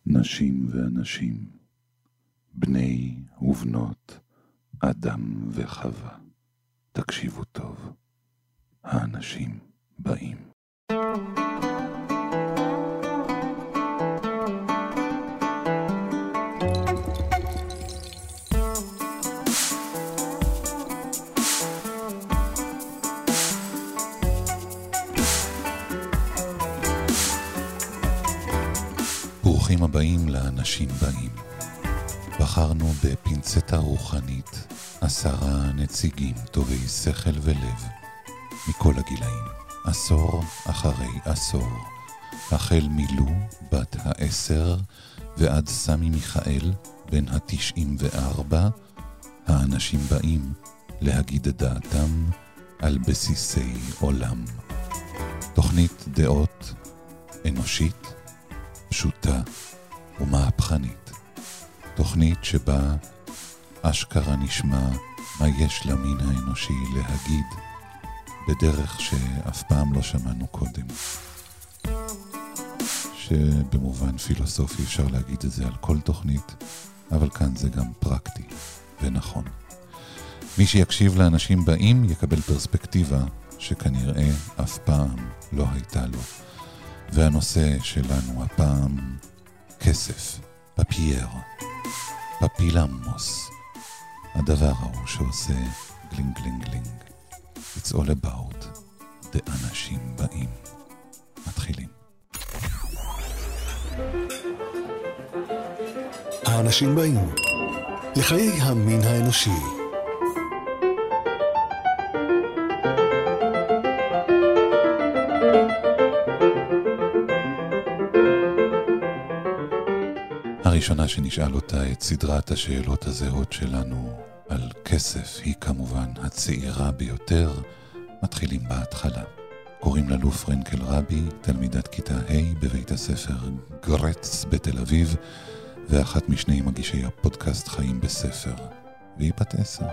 נשים ואנשים, בני ובנות, אדם וחווה. תקשיבו טוב, האנשים באים. ברוכים הבאים לאנשים באים. בחרנו בפינצטה רוחנית 10 נציגים טובי שכל ולב מכל הגילאים, עשור אחרי עשור, החל מילו בת 10 ועד סמי מיכאל בן 94. האנשים באים להגיד את דעתם על בסיסי עולם. תוכנית דעות אנושית, פשוטה ומהפכנית. תוכנית שבה אשכרה נשמע מה יש למין האנושי להגיד בדרך שאף פעם לא שמענו קודם. שבמובן פילוסופי אפשר להגיד את זה על כל תוכנית, אבל כאן זה גם פרקטי ונכון. מי שיקשיב לאנשים באים יקבל פרספקטיבה שכנראה אף פעם לא הייתה לו. והנושא שלנו הפעם כסף, פפייר, פפילמוס, הדבר ההוא שעושה גלינג גלינג גלינג. It's all about the אנשים באים. מתחילים. האנשים באים לחיי המין האנושי. הראשונה שנשאל אותה את סדרת השאלות הזהות שלנו על כסף היא כמובן הצעירה ביותר. מתחילים בהתחלה. קוראים לה לו פרנקל רבי, תלמידת כיתה ה' בבית הספר גרץ בתל אביב, ואחת משני מגישי הפודקאסט חיים בספר, והיא בת 10.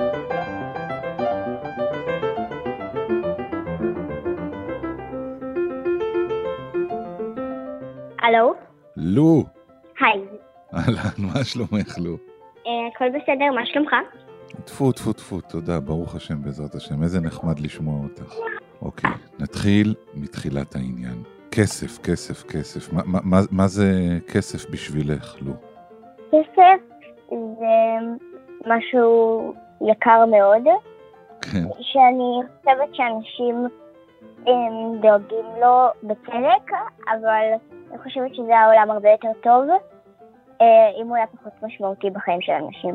הלו? לו! היי. אהלן, מה שלומך לו? הכל בסדר, מה שלומך? טפו, טפו, טפו, תודה, ברוך השם, בעזרת השם, איזה נחמד לשמוע אותך. אוקיי, נתחיל מתחילת העניין. כסף, כסף, כסף. מה זה כסף בשבילך, לו? כסף זה משהו יקר מאוד. כן. שאני חושבת שאנשים דואגים לו בצדק, אבל אני חושבת שזה העולם הרבה יותר טוב, אם הוא היה פחות משמעותי בחיים של אנשים.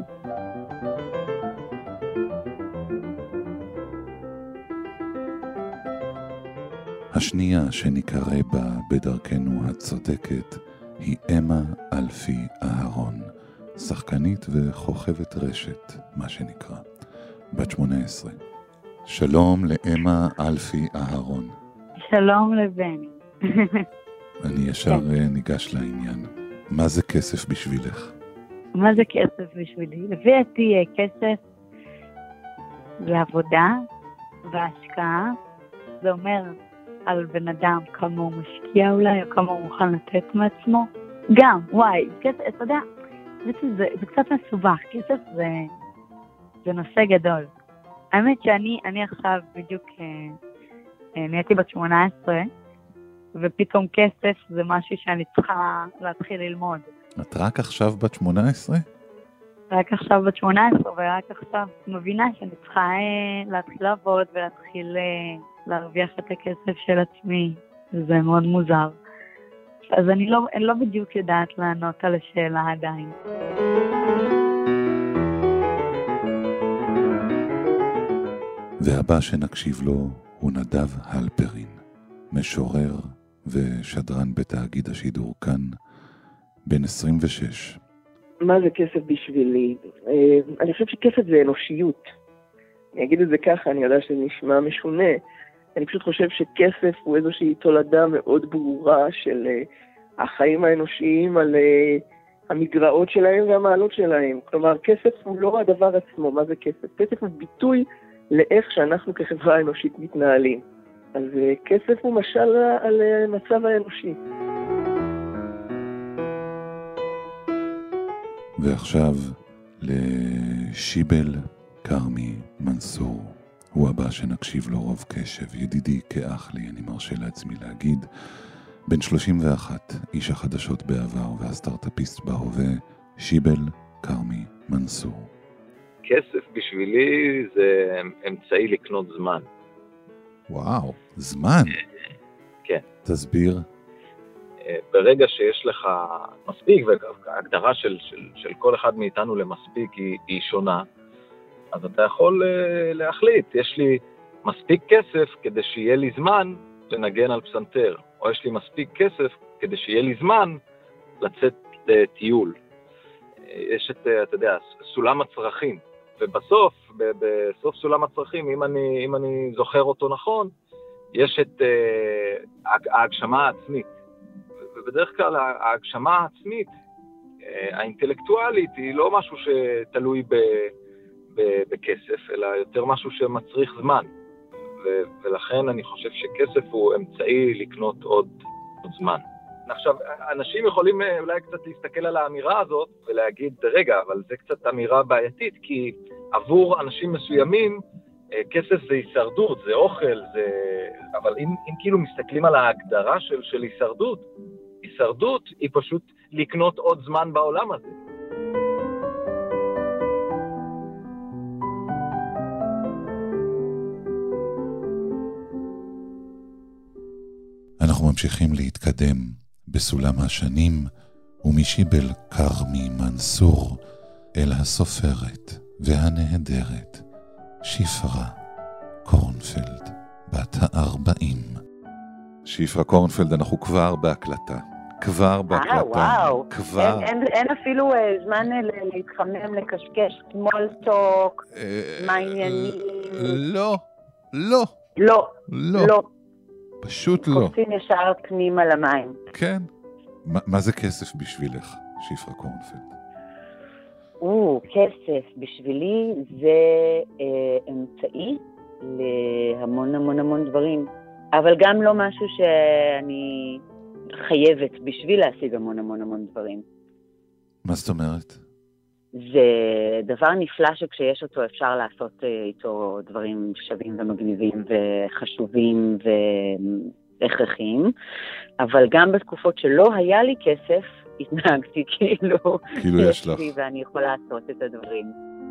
השנייה שנקרא בה בדרכנו הצודקת היא אמה אלפי אהרון, שחקנית וחוכבת רשת, מה שנקרא, בת 18. שלום לאמה אלפי אהרון. שלום לבני. אני ישר ניגש לעניין. מה זה כסף בשבילך? מה זה כסף בשבילי? לפי דעתי כסף זה עבודה והשקעה. זה אומר על בן אדם כמה הוא משקיע אולי, או כמה הוא מוכן לתת מעצמו. גם, וואי, כסף, אתה יודע, זה קצת מסובך. כסף זה נושא גדול. האמת שאני עכשיו בדיוק נהייתי בת 18, ופתאום כסף זה משהו שאני צריכה להתחיל ללמוד. את רק עכשיו בת 18? רק עכשיו בת 18, ורק עכשיו מבינה שאני צריכה להתחיל לעבוד ולהתחיל להרוויח את הכסף של עצמי. זה מאוד מוזר. אז אני לא בדיוק יודעת לענות על השאלה עדיין. והבא שנקשיב לו הוא נדב הלפרין, משורר ושדרן בתאגיד השידור כאן, בן 26. מה זה כסף בשבילי? אני חושב שכסף זה אנושיות. אני אגיד את זה ככה, אני יודע שזה נשמע משונה. אני פשוט חושב שכסף הוא איזושהי תולדה מאוד ברורה של החיים האנושיים על המגרעות שלהם והמעלות שלהם. כלומר, כסף הוא לא הדבר עצמו. מה זה כסף? כסף הוא ביטוי לאיך שאנחנו כחברה אנושית מתנהלים. אז כסף הוא משל על מצב האנושי. ועכשיו לשיבל כרמי מנסור, הוא הבא שנקשיב לו רוב קשב, ידידי כאח לי, אני מרשה לעצמי להגיד, בן 31, איש החדשות בעבר והסטארט-אפיסט בהווה, שיבל כרמי מנסור. כסף בשבילי זה אמצעי לקנות זמן. וואו, זמן? כן. תסביר. ברגע שיש לך מספיק, וההגדרה של כל אחד מאיתנו למספיק היא שונה, אז אתה יכול להחליט, יש לי מספיק כסף כדי שיהיה לי זמן לנגן על פסנתר, או יש לי מספיק כסף כדי שיהיה לי זמן לצאת לטיול. יש את, אתה יודע, סולם הצרכים, ובסוף, בסוף סולם הצרכים, אם אני זוכר אותו נכון, יש את ההגשמה העצמית. ובדרך כלל ההגשמה העצמית, האינטלקטואלית, היא לא משהו שתלוי בכסף, אלא יותר משהו שמצריך זמן. ולכן אני חושב שכסף הוא אמצעי לקנות עוד זמן. עכשיו, אנשים יכולים אולי קצת להסתכל על האמירה הזאת ולהגיד, רגע, אבל זה קצת אמירה בעייתית, כי עבור אנשים מסוימים, כסף זה הישרדות, זה אוכל, אבל אם כאילו מסתכלים על ההגדרה של הישרדות, הישרדות היא פשוט לקנות עוד זמן בעולם הזה. אנחנו ממשיכים להתקדם בסולם השנים, ומשיבל כרמי מנסור אל הסופרת והנהדרת שפרה קורנפלד, בת 40. שפרה קורנפלד, אנחנו כבר בהקלטה. וואו. כבר. אין אפילו זמן להתחמם, לקשקש, small talk, מה העניינים? לא. פשוט לא. קופצים ישר פנימה למים. כן. מה זה כסף בשבילך, שפרה קורנפלד? כסף בשבילי זה אמצעי להמון המון המון דברים, אבל גם לא משהו שאני חייבת בשביל להשיג המון המון המון דברים. מה זאת אומרת? זה דבר נפלא שכשיש אותו אפשר לעשות איתו דברים שווים ומגניבים וחשובים והכרחיים, אבל גם בתקופות שלא היה לי כסף, התנהגתי כאילו יש לך. ואני יכולה לעשות את הדברים.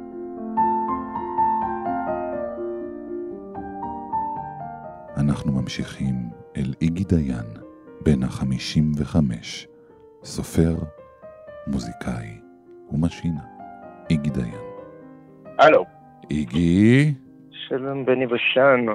אנחנו ממשיכים אל איגי דיין, בן 55, סופר, מוזיקאי ומשינה. איגי דיין. הלו. איגי. שלום בני בשן.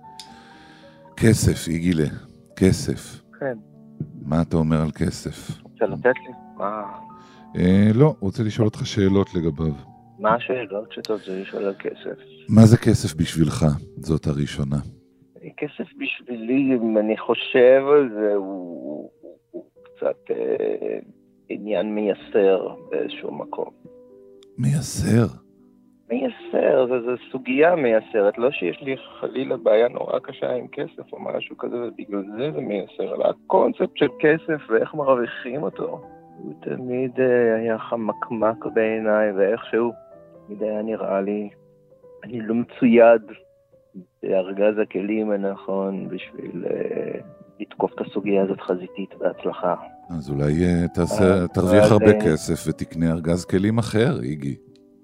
כסף, איגילה. כסף. כן. מה אתה אומר על כסף? רוצה לתת לי? מה? לא, רוצה לשאול אותך שאלות לגביו. מה השאלות שאתה רוצה לשאול על כסף? מה זה כסף בשבילך? זאת הראשונה. כסף בשבילי, אם אני חושב על זה, הוא קצת עניין מייסר באיזשהו מקום. מייסר? מייסר, זו סוגיה מייסרת. לא שיש לי חלילה בעיה נורא קשה עם כסף או משהו כזה, ובגלל זה מייסר. אלא הקונספט של כסף ואיך מרוויחים אותו, הוא תמיד היה חמקמק בעיניי, ואיכשהו תמיד היה נראה לי, אני לא מצויד בארגז הכלים הנכון בשביל לתקוף את הסוגיה הזאת חזיתית בהצלחה. אז אולי תרוויח הרבה כסף ותקנה ארגז כלים אחר, איגי.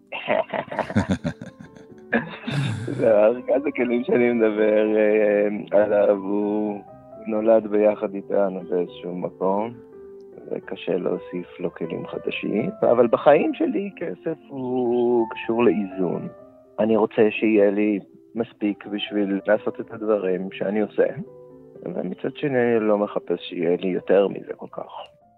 ארגז הכלים שאני מדבר עליו הוא נולד ביחד איתנו באיזשהו מקום, וקשה להוסיף לו כלים חדשים, אבל בחיים שלי כסף הוא קשור לאיזון. אני רוצה שיהיה לי מספיק בשביל לעשות את הדברים שאני עושה, ומצד שני אני לא מחפש שיהיה לי יותר מזה כל כך.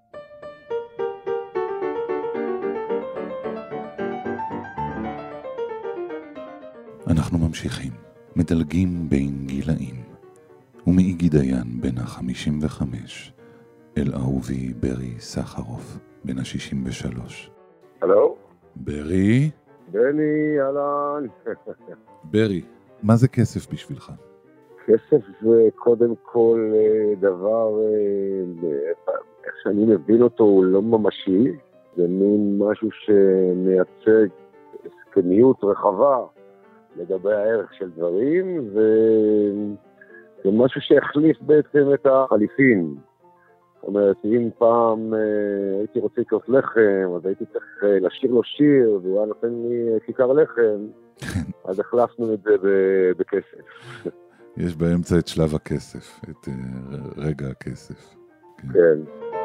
אנחנו ממשיכים, מדלגים בין גילאים, ומאיגי דיין בן 55 אל אהובי ברי סחרוף בן 63. הלו? ברי? בני, אהלן. ברי, מה זה כסף בשבילך? כסף זה קודם כל דבר, איך שאני מבין אותו, הוא לא ממשי, זה מין משהו שמייצג הסכמיות רחבה לגבי הערך של דברים, וזה משהו שהחליף בעצם את החליפין. זאת אומרת, אם פעם הייתי רוצה לקנות לחם, אז הייתי צריך לשיר לו שיר, והוא היה נותן לי כיכר לחם, אז החלפנו את זה בכסף. יש באמצע את שלב הכסף, את רגע הכסף. כן.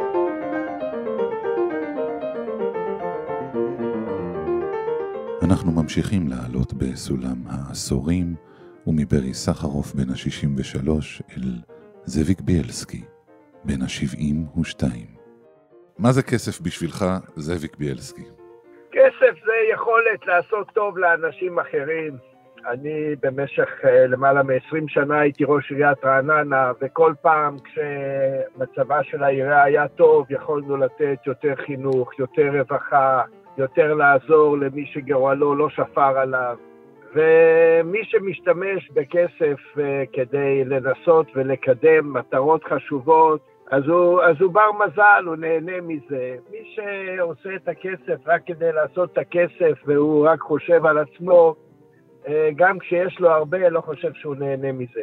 אנחנו ממשיכים לעלות בסולם העשורים, ומברי סחרוף בן ה-63 אל זאביק בילסקי, בן ה-72. מה זה כסף בשבילך, זאביק בילסקי? כסף זה יכולת לעשות טוב לאנשים אחרים. אני במשך למעלה מ-20 שנה הייתי ראש עיריית רעננה, וכל פעם כשמצבה של העירייה היה טוב, יכולנו לתת יותר חינוך, יותר רווחה, יותר לעזור למי שגורלו לא שפר עליו. ומי שמשתמש בכסף כדי לנסות ולקדם מטרות חשובות, אז הוא בר מזל, הוא נהנה מזה. מי שעושה את הכסף רק כדי לעשות את הכסף והוא רק חושב על עצמו, גם כשיש לו הרבה, לא חושב שהוא נהנה מזה.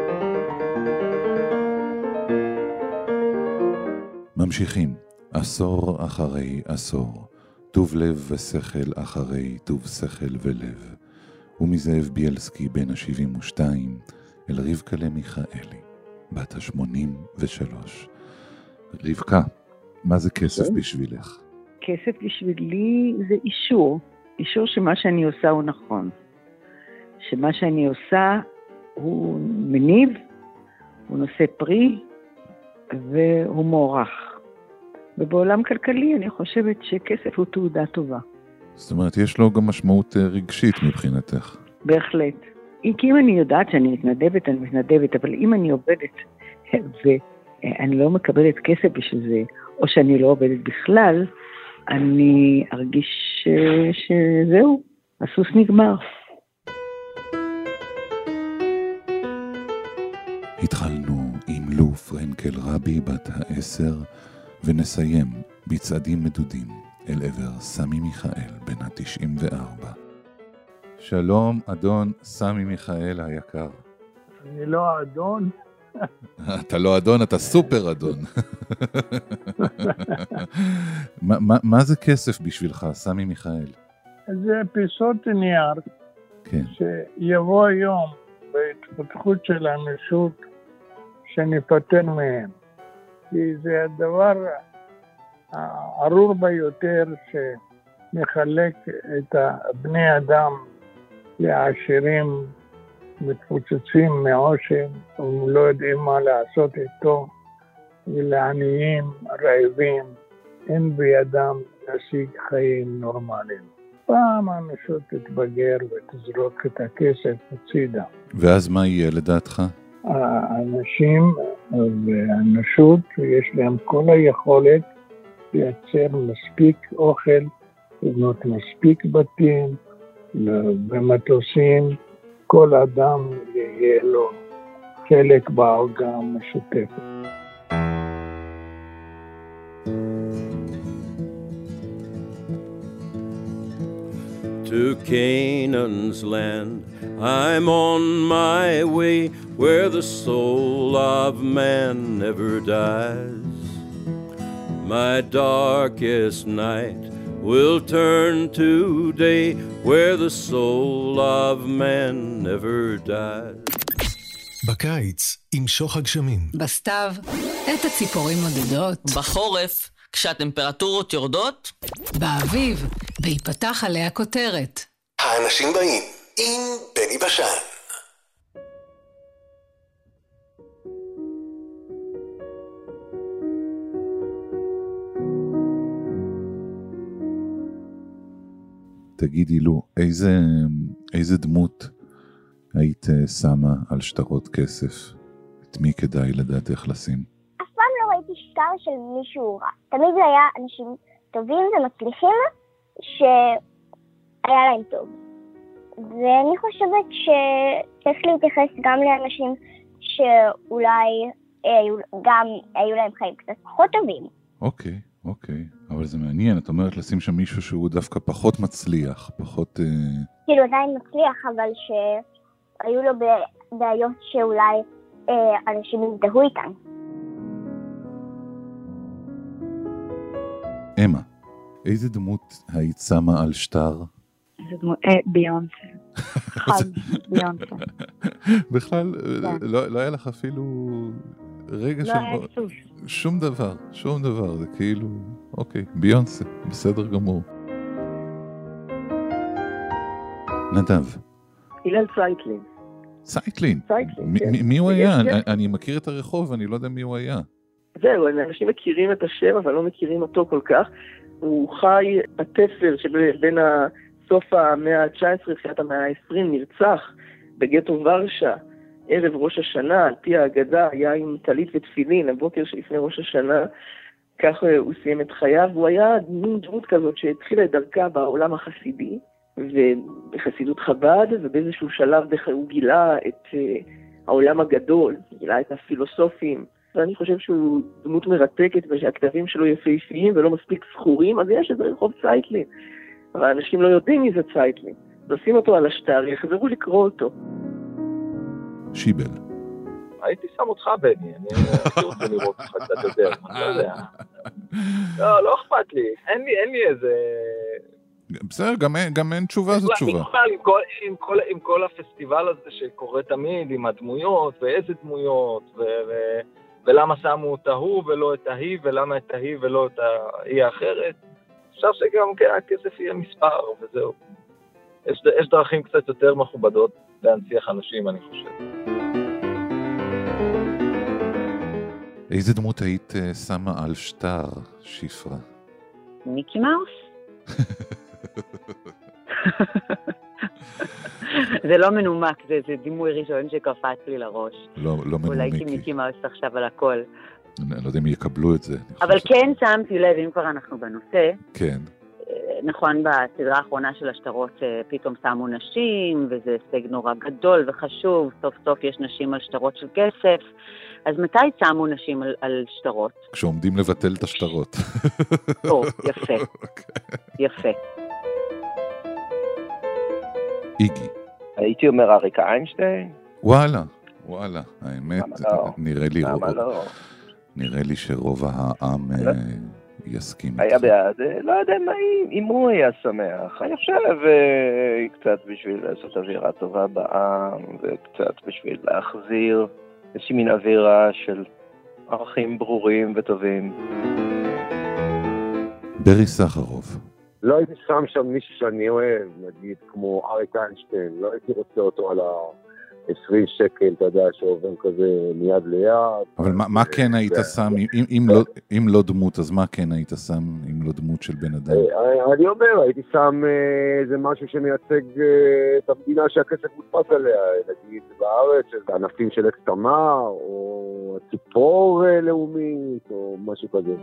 ממשיכים, עשור אחרי עשור, טוב לב ושכל אחרי טוב שכל ולב. ומזאב בילסקי בן ה-72 אל רבקה למיכאלי, בת ה-83. רבקה, מה זה כסף בשבילך? כסף בשבילי זה אישור שמה שאני עושה הוא נכון. שמה שאני עושה הוא מניב, הוא נושא פרי והוא מוערך. ובעולם כלכלי אני חושבת שכסף הוא תעודה טובה. זאת אומרת, יש לו גם משמעות רגשית מבחינתך. בהחלט. כי אם אני יודעת שאני מתנדבת, אני מתנדבת, אבל אם אני עובדת ואני לא מקבלת כסף בשביל זה, או שאני לא עובדת בכלל, אני ארגיש שזהו, הסוס נגמר. התחלנו עם לו פרנקל רבי בת ה-10, ונסיים בצעדים מדודים אל עבר סמי מיכאל בן ה-94. שלום אדון סמי מיכאל היקר. אני לא אדון. אתה לא אדון, אתה סופר אדון. מה זה כסף בשבילך, סמי מיכאל? זה פיסות נייר, כן. שיבוא יום בהתפתחות של האנושות שניפטר מהם. כי זה הדבר הארור ביותר שמחלק את בני אדם לעשירים מתפוצצים מעושר, הם לא יודעים מה לעשות איתו, ולעניים רעבים אין בידם להשיג חיים נורמליים. פעם האנושות תתבגר ותזרוק את הכסף הצידה. ואז מה יהיה לדעתך? האנשים והאנושות יש להם כל היכולת לייצר מספיק אוכל, לבנות מספיק בתים ומטוסים, כל אדם יהיה לו חלק בעוגה המשותפת. To Canaan's land, I'm on my way, where the soul of man never dies. My darkest night will turn to day, where the soul of man never dies. בקיץ, עם שוך הגשמים. בסתיו, את הציפורים נודדות. בחורף, כשהטמפרטורות יורדות. באביב, ויפתח עליה כותרת. האנשים באים עם בני בשן. תגידי לו, איזה דמות היית שמה על שטרות כסף? את מי כדאי לדעתך לשים? אף פעם לא ראיתי שטר של מישהו רע. תמיד זה היה אנשים טובים ומצליחים שהיה להם טוב. ואני חושבת שצריך להתייחס גם לאנשים שאולי גם היו להם חיים קצת פחות טובים. אוקיי. אבל אבל זה מעניין, את אומרת לשים שם מישהו שהוא דווקא פחות מצליח, פחות... כאילו עדיין מצליח, אבל שהיו לו בעיות שאולי אנשים יזדהו איתן. אמה, איזה דמות היית שמה על שטר? איזה דמות? ביונסה. ביונסה. בכלל, לא היה לך אפילו רגע לא היה סוס. שום דבר, זה כאילו, אוקיי, ביונסה, בסדר גמור. נדב. הלל צייטלין. צייטלין? מי הוא היה? אני מכיר את הרחוב, אני לא יודע מי הוא היה. זהו, אנשים מכירים את השם, אבל לא מכירים אותו כל כך. הוא חי בתפר שבין סוף המאה ה-19, תחילת המאה ה-20, נרצח בגטו ורשה, ערב ראש השנה, על פי האגדה, היה עם טלית ותפילין, הבוקר שלפני ראש השנה, כך הוא סיים את חייו, הוא היה מין דמות כזאת שהתחילה את דרכה בעולם החסידי, ובחסידות חב"ד, ובאיזשהו שלב הוא גילה את העולם הגדול, גילה את הפילוסופים, ואני חושב שהוא דמות מרתקת, ושהכתבים שלו יפהפיים ולא מספיק זכורים, אז יש איזה רחוב צייטלין. אבל האנשים לא יודעים מי זה צייטלין. לשים אותו על השטר, יחזרו לקרוא אותו. שיבל. הייתי שם אותך, בני, אני רוצה לראות אותך קצת יותר, אני לא יודע. לא אכפת לי, אין לי איזה... בסדר, גם אין תשובה, זו תשובה. עם כל הפסטיבל הזה שקורה תמיד, עם הדמויות, ואיזה דמויות, ולמה שמו את ההוא ולא את ההיא, ולמה את ההיא ולא את ההיא האחרת. אפשר שגם הכסף יהיה מספר, וזהו. יש דרכים קצת יותר מכובדות להנציח אנשים, אני חושב. איזה דמות היית שמה על שטר, שפרה? מיקי מאוס? זה לא מנומק, זה דימוי ראשון שקפץ לי לראש. לא מנומקי. אולי מיקי מאוס עכשיו על הכל. אני לא יודע אם יקבלו את זה. אבל כן שמתי לב, אם כבר אנחנו בנושא. כן. נכון, בסדרה האחרונה של השטרות פתאום שמו נשים, וזה הישג נורא גדול וחשוב, סוף סוף יש נשים על שטרות של כסף. אז מתי שמו נשים על שטרות? כשעומדים לבטל את השטרות. או, יפה. יפה. איגי. הייתי אומר אריק איינשטיין. וואלה, האמת, נראה לי שרוב העם יסכים. היה בעד, לא יודע אם הוא היה שמח. אני חושב קצת בשביל לעשות אווירה טובה בעם, וקצת בשביל להחזיר איזושהי מין אווירה של ערכים ברורים וטובים. ברי סחרוף. לא הייתי שם מישהו שאני אוהב, נגיד כמו אריק איינשטיין, לא הייתי רוצה אותו על ה-20 שקל, אתה יודע, שעובר כזה מיד ליד. אבל מה כן היית שם, אם לא דמות, אז מה כן היית שם אם לא דמות של בן אדם? אני אומר, הייתי שם איזה משהו שמייצג את המדינה שהכסף מודפס עליה, נגיד בארץ, שזה ענפים של אקסטמר, או ציפור לאומית, או משהו כזה.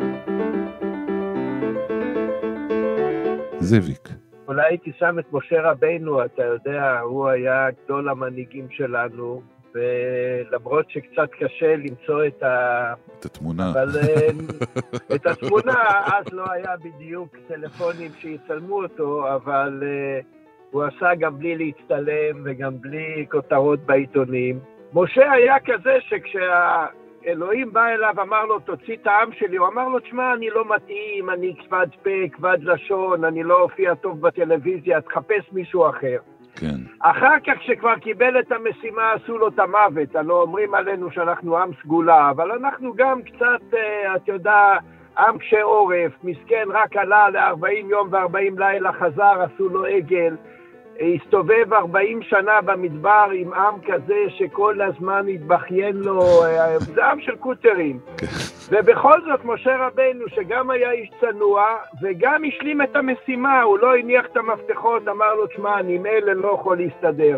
זאביק. אולי הייתי שם את משה רבינו, אתה יודע, הוא היה גדול המנהיגים שלנו, ולמרות שקצת קשה למצוא את התמונה. אבל את התמונה, אז לא היה בדיוק טלפונים שיצלמו אותו, אבל הוא עשה גם בלי להצטלם וגם בלי כותרות בעיתונים. משה היה כזה אלוהים בא אליו, אמר לו, תוציא את העם שלי. הוא אמר לו, תשמע, אני לא מתאים, אני כבד פה, כבד לשון, אני לא הופיע טוב בטלוויזיה, תחפש מישהו אחר. כן. אחר כך שכבר קיבל את המשימה, עשו לו את המוות. הלוא אומרים עלינו שאנחנו עם סגולה, אבל אנחנו גם קצת, אתה יודע, עם קשה עורף, מסכן רק עלה ל-40 יום ו-40 לילה חזר, עשו לו עגל. הסתובב 40 שנה במדבר עם עם כזה שכל הזמן התבכיין לו, זה עם של קוטרים. ובכל זאת משה רבינו, שגם היה איש צנוע וגם השלים את המשימה, הוא לא הניח את המפתחות, אמר לו, תשמע, אני עם אלה לא יכול להסתדר.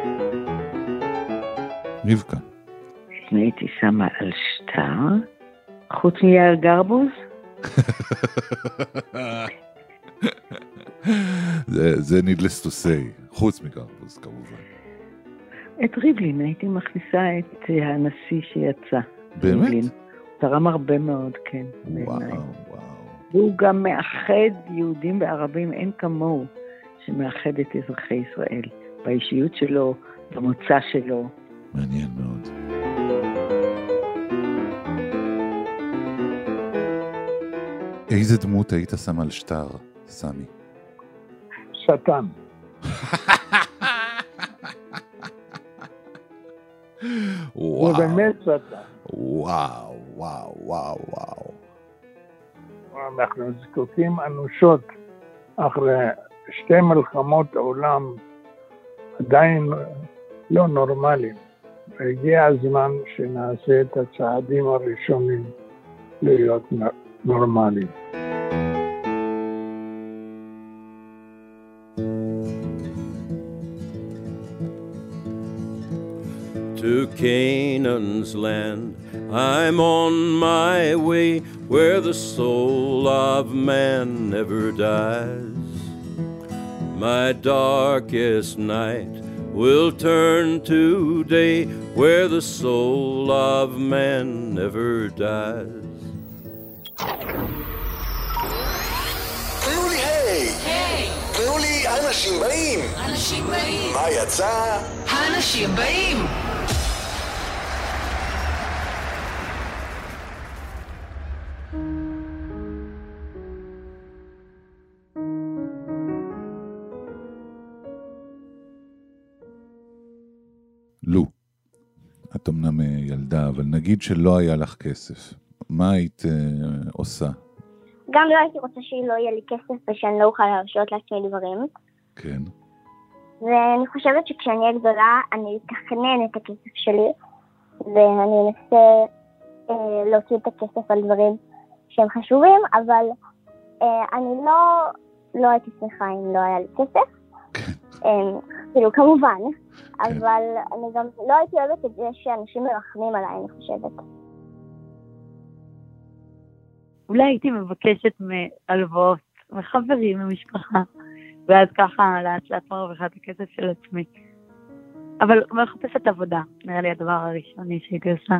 רבקה. הייתי שמה על שטר, חוץ מיעל גרבוז? זה needless to say, חוץ מגרבוז כמובן. את ריבלין, הייתי מכניסה את הנשיא שיצא. באמת? ריבלין. תרם הרבה מאוד, כן. וואו. והוא גם מאחד יהודים וערבים, אין כמוהו, שמאחד את אזרחי ישראל, באישיות שלו, במוצא שלו. מעניין מאוד. איזה דמות היית שם על שטר, סמי? שטן. הוא באמת שטן. וואו, וואו, וואו, וואו. אנחנו זקוקים אנושות אחרי 2 מלחמות העולם עדיין לא נורמליים. הגיע הזמן שנעשה את הצעדים הראשונים להיות נורמליים. To Canaan's land, I'm on my way, where the soul of man never dies. My darkest night will turn to day, where the soul of man never dies. תנו לי היי! תנו לי אנשים באים! אנשים באים! מה יצא? האנשים באים! לו, את אמנם ילדה, אבל נגיד שלא היה לך כסף. מה היית עושה? גם לא הייתי רוצה שלא יהיה לי כסף ושאני לא אוכל להרשות לעצמי דברים. כן. ואני חושבת שכשאני אהיה גדולה, אני אתכנן את הכסף שלי, ואני אנסה להוציא את הכסף על דברים שהם חשובים, אבל אני לא הייתי שמחה אם לא היה לי כסף. כאילו, כמובן. אבל אני גם לא הייתי אוהבת את זה שאנשים מרחמים עליי, אני חושבת. אולי הייתי מבקשת מהלוואות, מחברים, ממשפחה, ואז ככה לאט מרוויחה את הכסף של עצמי. אבל מחפשת עבודה, נראה לי הדבר הראשוני שהייתי עושה.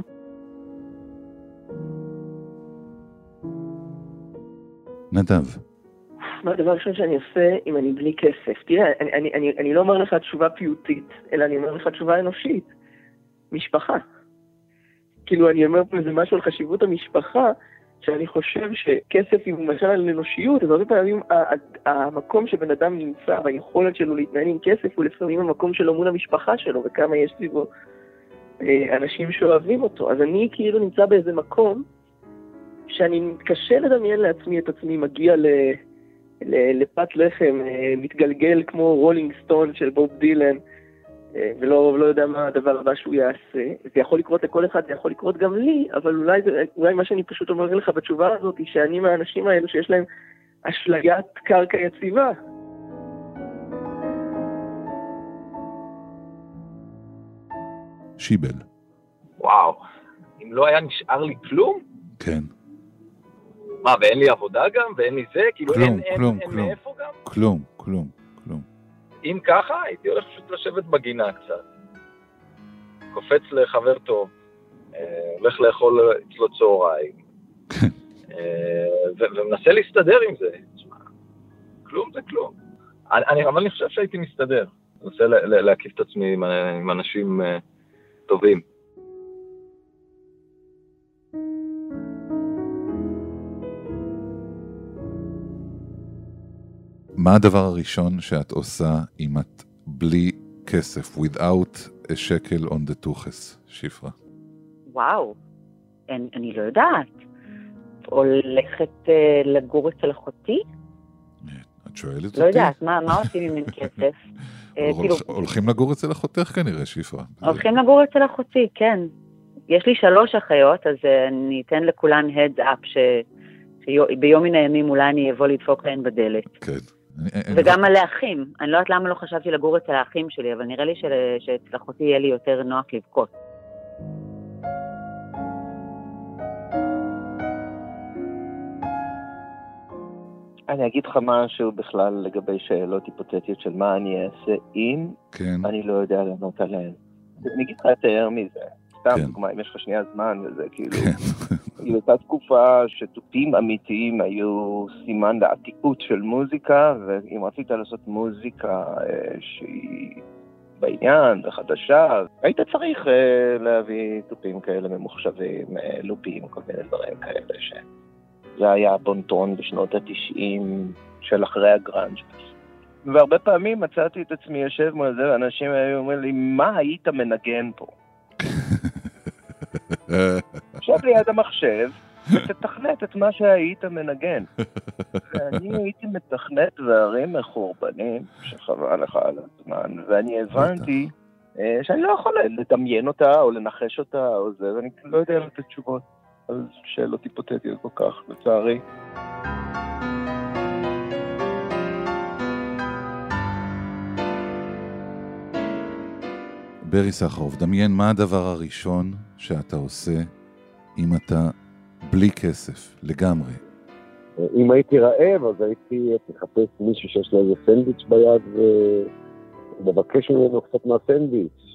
נדב. מה הדבר הראשון שאני עושה אם אני בלי כסף? תראה, אני לא אומר לך תשובה פיוטית, אלא אני אומר לך תשובה אנושית. משפחה. כאילו, אני אומר פה איזה משהו על חשיבות המשפחה, שאני חושב שכסף הוא משל על אנושיות, אז הרבה פעמים המקום שבן אדם נמצא, והיכולת שלו להתנהל עם כסף, הוא לפעמים המקום שלו מול המשפחה שלו, וכמה יש סביבו אנשים שאוהבים אותו. אז אני כאילו נמצא באיזה מקום, שאני מתקשה לדמיין לעצמי את עצמי מגיע לפת לחם, מתגלגל כמו רולינג סטון של בוב דילן, ולא יודע מה הדבר הבא שהוא יעשה. זה יכול לקרות לכל אחד, זה יכול לקרות גם לי, אבל אולי מה שאני פשוט אומר לך בתשובה הזאת, היא שאני מהאנשים האלו שיש להם אשליית קרקע יציבה. שיבל. וואו, אם לא היה נשאר לי כלום? כן. מה, ואין לי עבודה גם? ואין לי זה? כאילו כלום, אין מאיפה גם? כלום. אם ככה, הייתי הולך פשוט לשבת בגינה קצת. קופץ לחבר טוב, הולך לאכול אצלו צהריים, ומנסה להסתדר עם זה. כלום זה כלום. אבל אני חושב שהייתי מסתדר. מנסה להקיף את עצמי עם אנשים טובים. מה הדבר הראשון שאת עושה אם את בלי כסף, without a shekel on the tuchus, שפרה? וואו, אני לא יודעת. הולכת לגור אצל אחותי? את שואלת אותי? לא יודעת, מה עושים אם אין כסף? הולכים לגור אצל אחותך כנראה, שפרה. הולכים לגור אצל אחותי, כן. יש לי 3 אחיות, אז אני אתן לכולן heads up שביום מן הימים אולי אני אבוא לדפוק להן בדלת. כן. וגם על האחים. אני לא יודעת למה לא חשבתי לגור אצל האחים שלי, אבל נראה לי שאצל אחותי יהיה לי יותר נוח לבכות. אני אגיד לך משהו בכלל לגבי שאלות היפותטיות של מה אני אעשה אם אני לא יודע לענות עליהן. אני אגיד לך יותר מזה. סתם, אם יש לך שנייה זמן וזה כאילו... היא הייתה תקופה שתופים אמיתיים היו סימן לעתיקות של מוזיקה, ואם רצית לעשות מוזיקה שהיא בעניין וחדשה, היית צריך להביא תופים כאלה ממוחשבים, לופים, כל מיני דברים כאלה זה היה בונטון בשנות ה-90 של אחרי הגראנג'. והרבה פעמים מצאתי את עצמי יושב מול זה, ואנשים היו אומרים לי, מה היית מנגן פה? עכשיו ליד המחשב, ותתכנת את מה שהיית מנגן. ואני הייתי מתכנת דברים מחורבנים, שחבל לך על הזמן, ואני הבנתי שאני לא יכול לדמיין אותה, או לנחש אותה, או זה, ואני לא יודע לתת תשובות על שאלות היפותטיות כל כך, לצערי. ברי סחרוף, דמיין מה הדבר הראשון שאתה עושה אם אתה בלי כסף, לגמרי. אם הייתי רעב, אז הייתי מחפש מישהו שיש לו איזה סנדוויץ' ביד ומבקש ממנו קצת מהסנדוויץ'.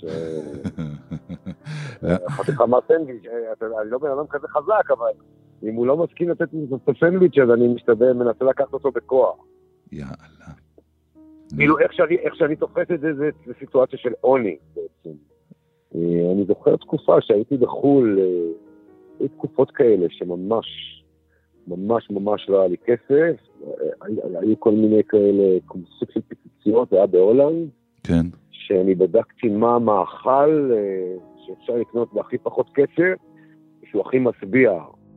חתיכה מהסנדוויץ', אני לא בן אדם כזה חזק, אבל אם הוא לא מסכים לתת את הסנדוויץ', אז אני מנסה לקחת אותו בכוח. יאללה. כאילו איך שאני תופס את זה, זה סיטואציה של עוני בעצם. אני זוכר תקופה שהייתי בחול, היו תקופות כאלה שממש לא היה לי כסף, היו כל מיני כאלה סוג של פיצוציות, זה היה בהולנד, כן. שאני בדקתי מה המאכל שאפשר לקנות בהכי פחות כסף, שהוא הכי משביע.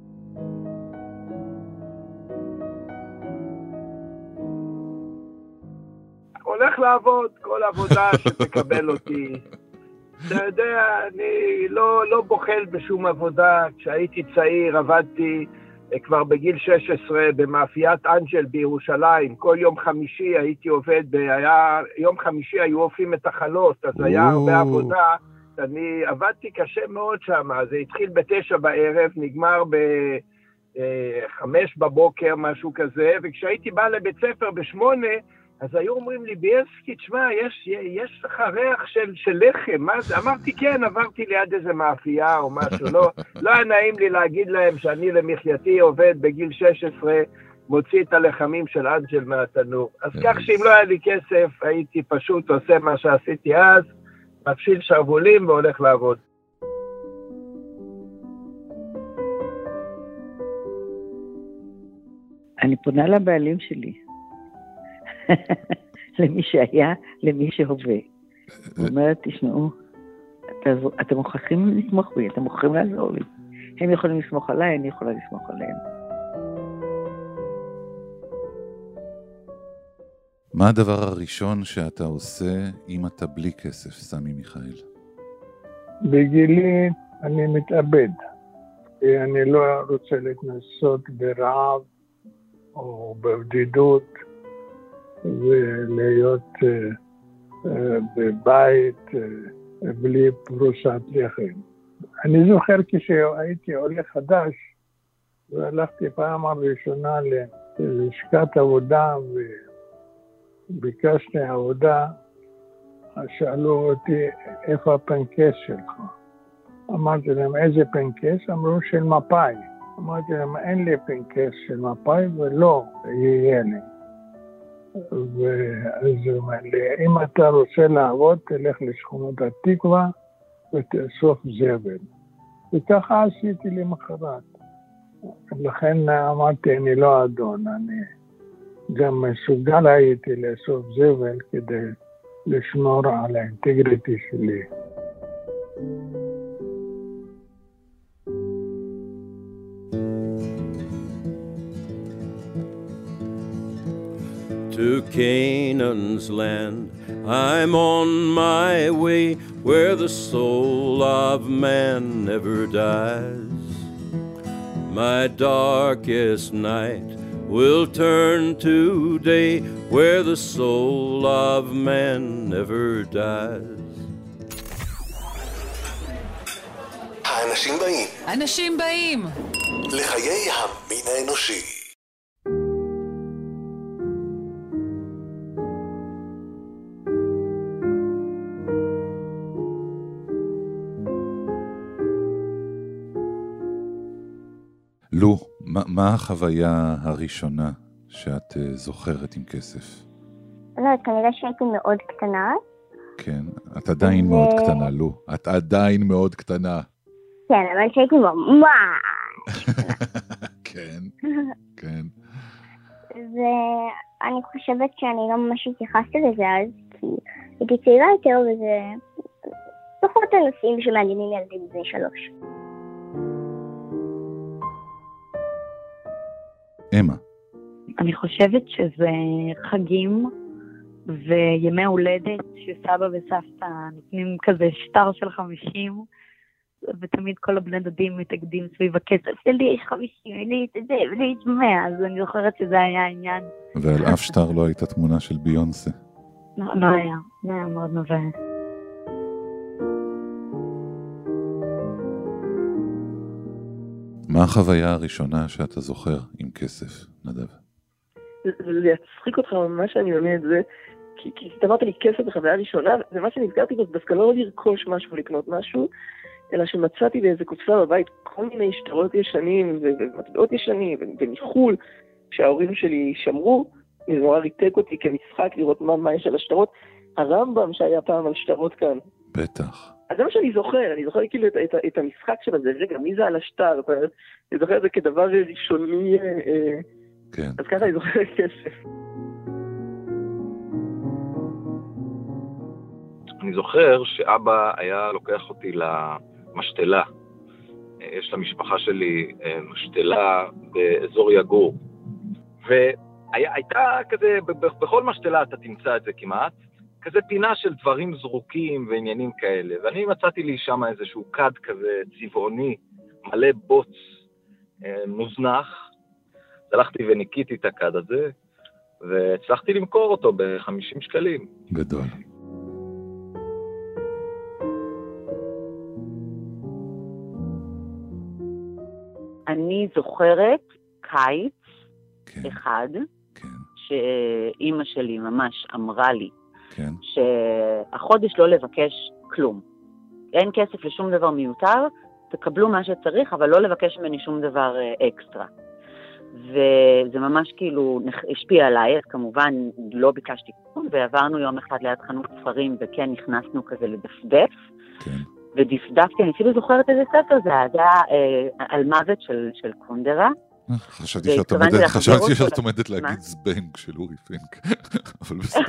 הולך לעבוד, כל עבודה שתקבל אותי. אתה יודע, אני לא בוחל בשום עבודה. כשהייתי צעיר עבדתי כבר בגיל 16 במאפיית אנג'ל בירושלים. כל יום חמישי הייתי עובד, יום חמישי היו אופים את החלות, אז היה הרבה עבודה. אני עבדתי קשה מאוד שם, זה התחיל ב9 בערב, נגמר ב5 בבוקר, משהו כזה, וכשהייתי בא לבית ספר ב8, אז היו אומרים לי, בילסקי, תשמע, יש לך ריח של לחם, מה זה? אמרתי, כן, עברתי ליד איזה מאפייה או משהו, לא היה נעים לי להגיד להם שאני למחייתי עובד בגיל 16, מוציא את הלחמים של אנג'ל מהתנור. אז כך שאם לא היה לי כסף, הייתי פשוט עושה מה שעשיתי אז, מפשיל שרוולים והולך לעבוד. אני פונה לבעלים שלי. למי שהיה, למי שהווה. הוא אומר, תשמעו, אתם מוכרחים לסמוך בי, אתם מוכרחים לעזור לי. הם יכולים לסמוך עליי, אני יכולה לסמוך עליהם. מה הדבר הראשון שאתה עושה אם אתה בלי כסף, סמי מיכאל? בגילי אני מתאבד. אני לא רוצה להתנסות ברעב או בבדידות. ולהיות בבית בלי פרוסת לחם. אני זוכר כשהייתי עולה חדש, והלכתי פעם הראשונה ללשכת עבודה וביקשתי עבודה, אז שאלו אותי איפה הפנקס שלך. אמרתי להם איזה פנקס? אמרו של מפאי. אמרתי להם אין לי פנקס של מפאי ולא יהיה לי. ואז הוא אומר לי, אם אתה רוצה לעבוד, תלך לשכונות התקווה ותאסוף זבל. וככה עשיתי למחרת. לכן אמרתי, אני לא אדון, אני גם מסוגל הייתי לאסוף זבל כדי לשמור על האינטגריטי שלי. To Canaan's land, I'm on my way, where the soul of man never dies. My darkest night will turn to day, where the soul of man never dies. האנשים באים. אנשים באים. לחיי המין האנושי. לו, מה החוויה הראשונה שאת זוכרת עם כסף? לא, כנראה שהייתי מאוד קטנה. כן, את עדיין מאוד קטנה, לו. את עדיין מאוד קטנה. כן, אבל שהייתי ממש. כן, כן. ואני חושבת שאני לא ממש התייחסתי לזה אז, כי הייתי צעירה יותר וזה פחות הנושאים שמעניינים ילדים בני 3. אמה. אני חושבת שזה חגים וימי הולדת שסבא וסבתא נותנים כזה שטר של 50, ותמיד כל הבני דודים מתאגדים סביב הכסף, לי יש 50, לי את זה, לי יש 100, אז אני זוכרת שזה היה העניין. ועל אף שטר לא הייתה תמונה של ביונסה. לא היה, זה היה מאוד מבאס. מה החוויה הראשונה שאתה זוכר עם כסף, נדב? זה יצחיק אותך ממש שאני אומר את זה, כי אמרת לי כסף בחוויה ראשונה, ומה שנזכרתי בו, דווקא לא לרכוש משהו, לקנות משהו, אלא שמצאתי באיזה קופסה בבית כל מיני שטרות ישנים ומטבעות ישנים וניחול שההורים שלי שמרו, וזה נורא ריתק אותי כמשחק לראות מה יש על השטרות. הרמב"ם שהיה פעם על שטרות כאן. בטח. אז זה מה שאני זוכר, אני זוכר כאילו את המשחק של זה, רגע, מי זה על השטר? אני זוכר את זה כדבר ראשוני, כן. אז ככה אני זוכר כסף. אני זוכר שאבא היה לוקח אותי למשתלה. יש למשפחה שלי משתלה באזור יגור. והייתה כזה, בכל משתלה אתה תמצא את זה כמעט, כזה פינה של דברים זרוקים ועניינים כאלה. ואני מצאתי לי שם איזשהו קד כזה צבעוני, מלא בוץ, מוזנח. הלכתי וניקיתי את הקד הזה, והצלחתי למכור אותו ב-50 שקלים. גדול. אני זוכרת קיץ אחד, שאימא שלי ממש אמרה לי, שהחודש לא לבקש כלום. אין כסף לשום דבר מיותר, תקבלו מה שצריך, אבל לא לבקש ממני שום דבר אקסטרה. וזה ממש כאילו השפיע עליי, אז כמובן לא ביקשתי כלום, ועברנו יום אחד ליד חנות ספרים, וכן נכנסנו כזה לדפדף, ודפדפתי, אני אפילו זוכרת איזה ספר זה, היה על מוות של קונדרה. חשבתי שאת עומדת להגיד זבנג של אורי פינק, אבל בסדר.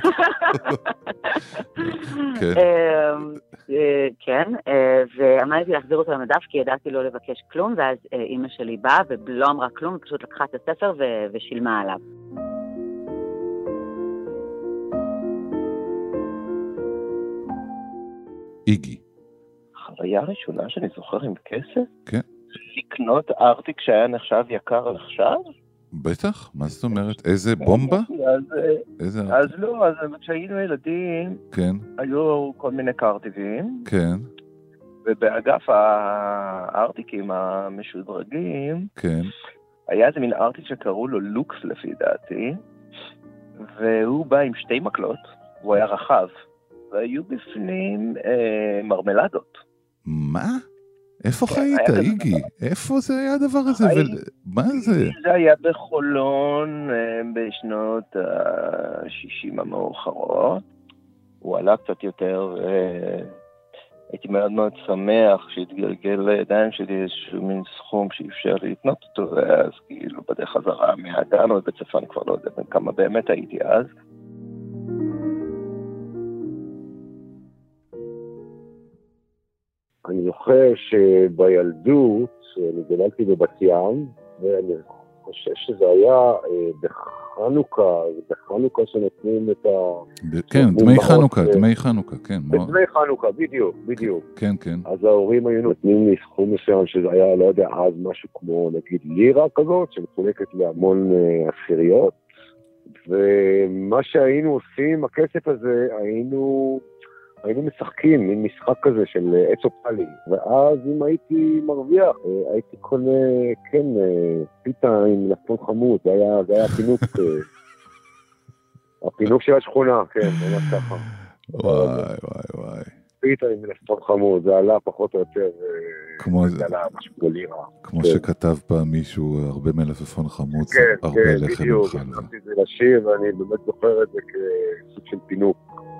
כן, ואמרתי להחזיר אותו למדף, כי ידעתי לא לבקש כלום, ואז אמא שלי באה ולא אמרה כלום, פשוט לקחה את הספר ושילמה עליו. איגי. החוויה הראשונה שאני זוכר עם כסף? כן. לקנות ארטיק שהיה נחשב יקר עכשיו? בטח, מה זאת אומרת? איזה בומבה? אז לא, אז כשהיינו ילדים, היו כל מיני קרטיבים. כן. ובאגף הארטיקים המשודרגים, היה איזה מין ארטיק שקראו לו לוקס לפי דעתי, והוא בא עם 2 מקלות, והוא היה רחב, והיו בפנים מרמלדות. מה? איפה חיית, איגי? איפה זה היה הדבר הזה? מה זה? זה היה בחולון בשנות ה-60 המאוחרות. הוא עלה קצת יותר, הייתי מאוד מאוד שמח שהתגלגל לידיים שלי איזשהו מין סכום שאפשר להתנות אותו, ואז כאילו בדרך חזרה מהגן או בבית ספר, אני כבר לא יודע כמה באמת הייתי אז. אני זוכר שבילדות, אני גדלתי בבת ים, ואני חושב שזה היה בחנוכה שנותנים את ה... כן, דמי חנוכה, כן. דמי חנוכה, בדיוק. כן, כן. אז ההורים היו נותנים לי סכום מסוים, שזה היה, לא יודע, אז משהו כמו, נגיד, לירה כזאת, שמחולקת להמון עשיריות, ומה שהיינו עושים, הכסף הזה, היינו משחקים, מין משחק כזה של עץ אופלי, ואז אם הייתי מרוויח, הייתי קונה, כן, פיתה עם לפון חמוד, זה היה הפינוק, הפינוק של השכונה, כן, ממש ככה. וואי. כספית, אני מלפפון חמוד, זה עלה פחות או יותר, זה עלה משהו בלירה. כמו שכתב פעם מישהו, הרבה מלפפון חמוד, הרבה לחם בדיוק, חלבה. שמתי את זה לשיר, ואני באמת זוכר את זה כסוג של פינוק.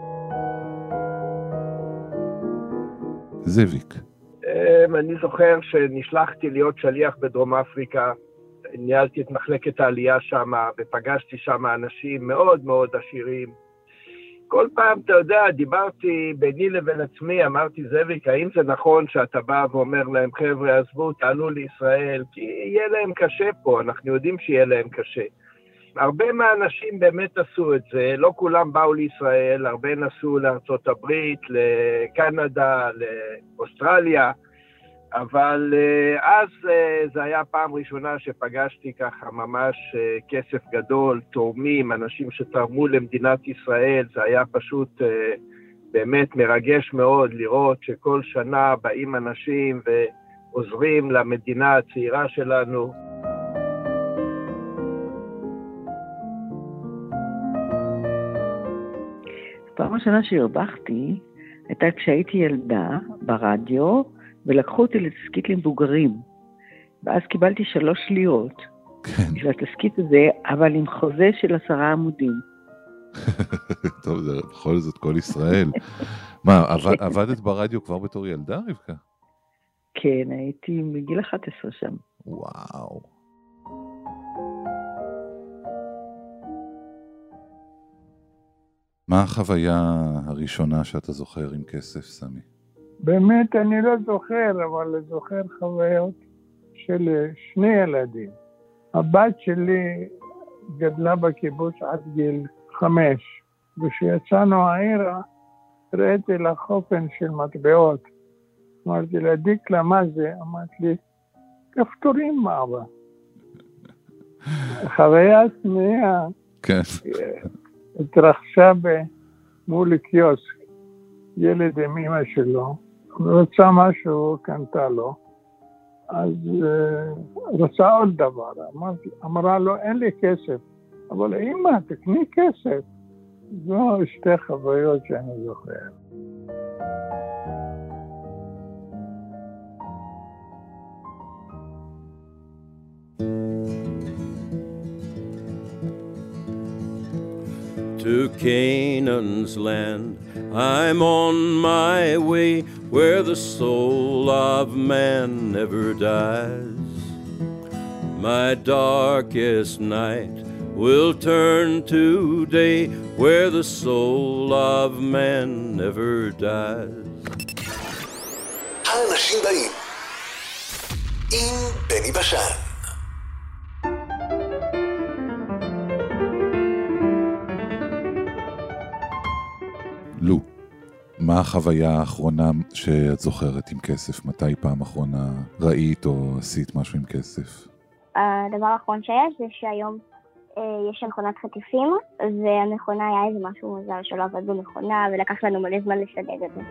זאביק. אני זוכר שנשלחתי להיות שליח בדרום אפריקה, ניהלתי את מחלקת העלייה שם, ופגשתי שם אנשים מאוד מאוד עשירים. כל פעם, אתה יודע, דיברתי ביני לבין עצמי, אמרתי, זאביק, האם זה נכון שאתה בא ואומר להם, חבר'ה, עזבו, תעלו לישראל, כי יהיה להם קשה פה, אנחנו יודעים שיהיה להם קשה. הרבה מהאנשים באמת עשו את זה, לא כולם באו לישראל, הרבה נסעו לארצות הברית, לקנדה, לאוסטרליה, אבל אז זה היה פעם ראשונה שפגשתי ככה ממש כסף גדול, תורמים, אנשים שתרמו למדינת ישראל, זה היה פשוט באמת מרגש מאוד לראות שכל שנה באים אנשים ועוזרים למדינה הצעירה שלנו. פעם ראשונה שהרבחתי הייתה כשהייתי ילדה ברדיו, ולקחו אותי לתסקית למבוגרים, ואז קיבלתי 3 לירות, בשביל התסקית הזה, אבל עם חוזה של 10 עמודים. טוב, זה בכל זאת כל ישראל. מה, עבדת ברדיו כבר בתור ילדה, רבקה? כן, הייתי מגיל 11 שם. וואו. מה החוויה הראשונה שאתה זוכר עם כסף, סמי? באמת אני לא זוכר, אבל זוכר חוויות של 2 ילדים. הבת שלי גדלה בקיבוץ עד גיל 5, וכשיצאנו העירה, ראיתי לה חופן של מטבעות. אמרתי לה, דיקלה, מה זה? אמרת לי, כפתורים מאבא. חוויה שנייה התרחשה מול קיוסק. ילד עם אמא שלו, רצה משהו, קנתה לו, אז רצה עוד דבר, אמרה לו, אין לי כסף, אבל אמא, תקני כסף. זו 2 חוויות שאני זוכר. To Canaan's land, I'm on my way, where the soul of man never dies. My darkest night will turn to day, where the soul of man never dies. האנשים באים עם בני בשן. לו, מה החוויה האחרונה שאת זוכרת עם כסף? מתי פעם אחרונה ראית או עשית משהו עם כסף? הדבר האחרון שיש זה שהיום יש מכונת חטיפים, והמכונה היה איזה משהו מוזר שלא עבד במכונה, ולקח לנו מלא זמן לסדר את זה.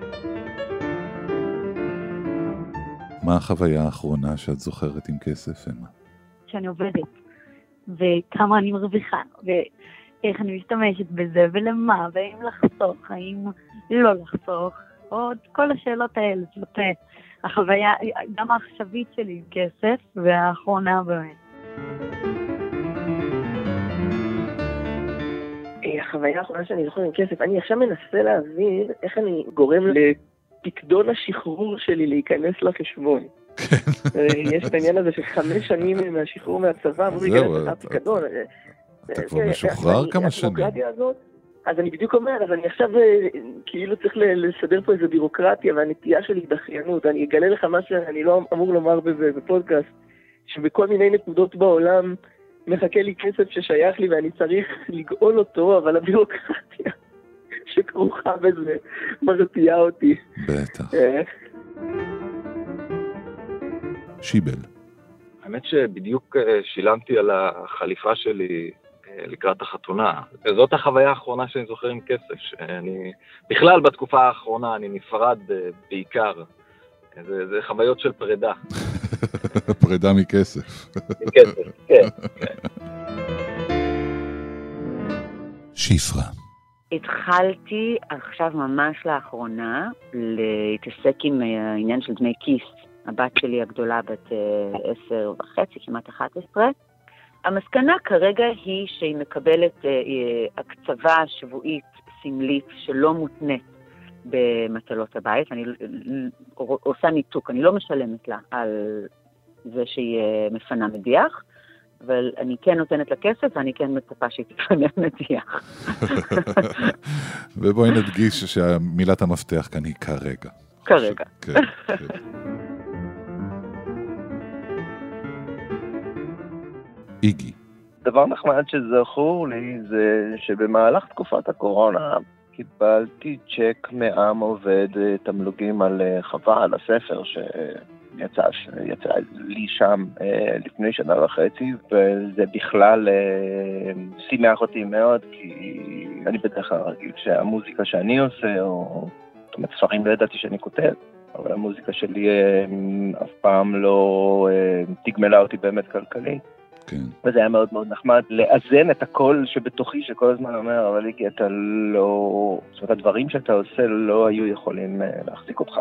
מה החוויה האחרונה שאת זוכרת עם כסף, אמה? שאני עובדת, וכמה אני מרוויחה, איך אני משתמשת בזה, ולמה, והאם לחסוך, האם לא לחסוך, עוד כל השאלות האלה, זאת החוויה, גם העכשווית שלי עם כסף, והאחרונה באמת. החוויה האחרונה שאני זוכר עם כסף, אני עכשיו מנסה להבין איך אני גורם לפקדון השחרור שלי להיכנס לחשבון. יש את העניין הזה של 5 שנים מהשחרור מהצבא, אמרו להיכנס לפקדון. אתה כבר משוחרר כמה שנים. אז אני בדיוק אומר, אז אני עכשיו כאילו צריך לסדר פה איזו בירוקרטיה, והנטייה שלי דחיינות. אני אגלה לך מה שאני לא אמור לומר בפודקאסט, שבכל מיני נקודות בעולם מחכה לי כסף ששייך לי ואני צריך לגאול אותו, אבל הבירוקרטיה שכרוכה בזה מרתיעה אותי. בטח. שיבל. האמת שבדיוק שילמתי על החליפה שלי לקראת החתונה. זאת החוויה האחרונה שאני זוכר עם כסף. שאני, בכלל בתקופה האחרונה אני נפרד בעיקר. זה חוויות של פרידה. פרידה מכסף. מכסף, כן. שפרה. התחלתי עכשיו ממש לאחרונה להתעסק עם העניין של דמי כיס. הבת שלי הגדולה בת 10.5, כמעט 11. המסקנה כרגע היא שהיא מקבלת הקצבה שבועית סמלית שלא מותנית במטלות הבית. אני עושה ניתוק, אני לא משלמת לה על זה שהיא מפנה מדיח, אבל אני כן נותנת לה כסף ואני כן מצפה שהיא תפנה מדיח. ובואי נדגיש שמילת המפתח כאן היא כרגע. כרגע. כן. איגי. דבר נחמד שזכור לי זה שבמהלך תקופת הקורונה קיבלתי צ'ק מעם עובד תמלוגים על חווה, על הספר שיצא לי שם לפני 1.5 שנה, וזה בכלל שימח אותי מאוד, כי אני בדרך כלל רגיל שהמוזיקה שאני עושה, או זאת אומרת, ספרים לא ידעתי שאני כותב, אבל המוזיקה שלי אף פעם לא תגמלה אותי באמת כלכלית. כן. וזה היה מאוד מאוד נחמד לאזן את הקול שבתוכי שכל הזמן אומר, אבל כי אתה לא, זאת אומרת, הדברים שאתה עושה לא היו יכולים להחזיק אותך.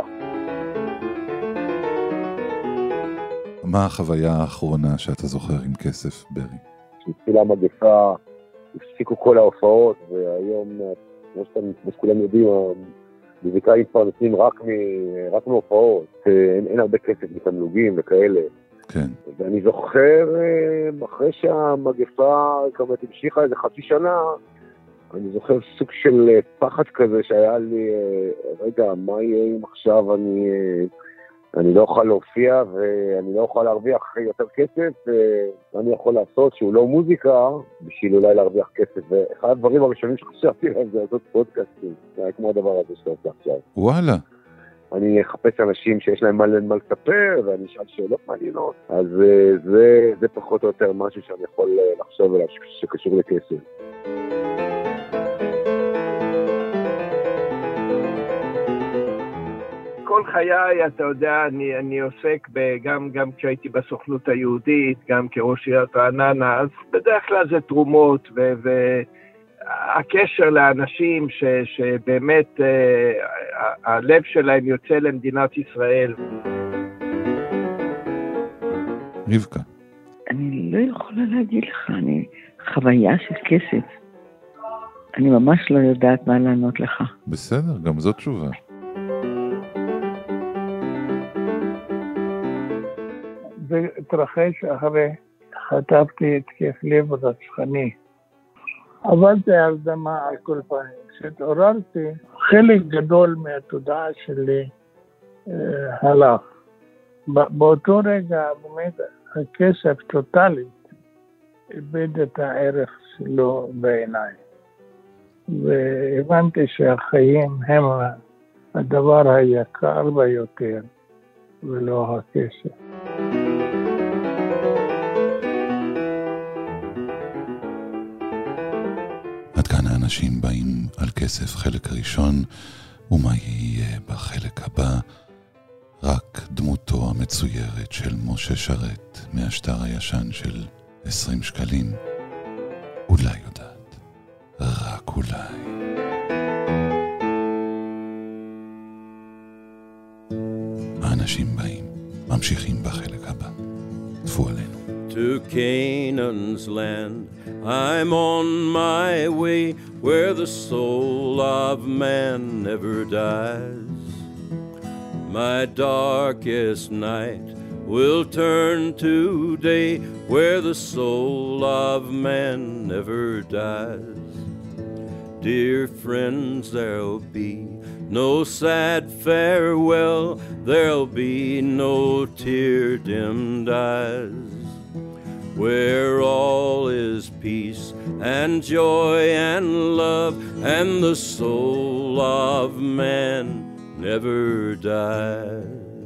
מה החוויה האחרונה שאתה זוכר עם כסף, ברי? כשהתחילה המגפה, הפסיקו כל ההופעות, והיום, כמו שכולם יודעים, המוזיקאים מתפרנסים רק מהופעות, אין הרבה כסף בתמלוגים וכאלה. כן. ואני זוכר, אחרי שהמגפה כמובן המשיכה איזה 0.5 שנה, אני זוכר סוג של פחד כזה שהיה לי, רגע, מה יהיה אם עכשיו אני לא אוכל להופיע ואני לא אוכל להרוויח יותר כסף, ואני יכול לעשות שהוא לא מוזיקה בשביל אולי להרוויח כסף. ואחד הדברים הראשונים שחשבתי עליהם זה לעשות פודקאסטים, זה היה כמו הדבר הזה שאתה עושה עכשיו. וואלה. אני אחפש אנשים שיש להם מה לספר, ואני אשאל שאלות מעניינות. אז זה פחות או יותר משהו שאני יכול לחשוב עליו שקשור לכסף. כל חיי, אתה יודע, אני עוסק גם כשהייתי בסוכנות היהודית, גם כראש עיריית רעננה, אז בדרך כלל זה תרומות, הקשר לאנשים שבאמת הלב שלהם יוצא למדינת ישראל. רבקה. אני לא יכולה להגיד לך, חוויה של כסף. אני ממש לא יודעת מה לענות לך. בסדר, גם זאת תשובה. זה התרחש אחרי חטפתי התקף לב רצחני. עבדתי על דמה על כל פעמים. כשהתעוררתי, חלק גדול מהתודעה שלי הלך. באותו רגע, באמת, הכסף טוטלית איבד את הערך שלו בעיניי. והבנתי שהחיים הם הדבר היקר ביותר, ולא הכסף. עד כאן האנשים באים על כסף חלק ראשון, ומה יהיה בחלק הבא? רק דמותו המצוירת של משה שרת מהשטר הישן של 20 שקלים. אולי יודעת, רק אולי. האנשים באים, ממשיכים בחלק הבא. תפו עלינו. To Canaan's land, I'm on my way, where the soul of man never dies. My darkest night will turn to day, where the soul of man never dies. Dear friends, there'll be no sad farewell, there'll be no tear-dimmed eyes, where all is peace and joy and love, and the soul of man never dies.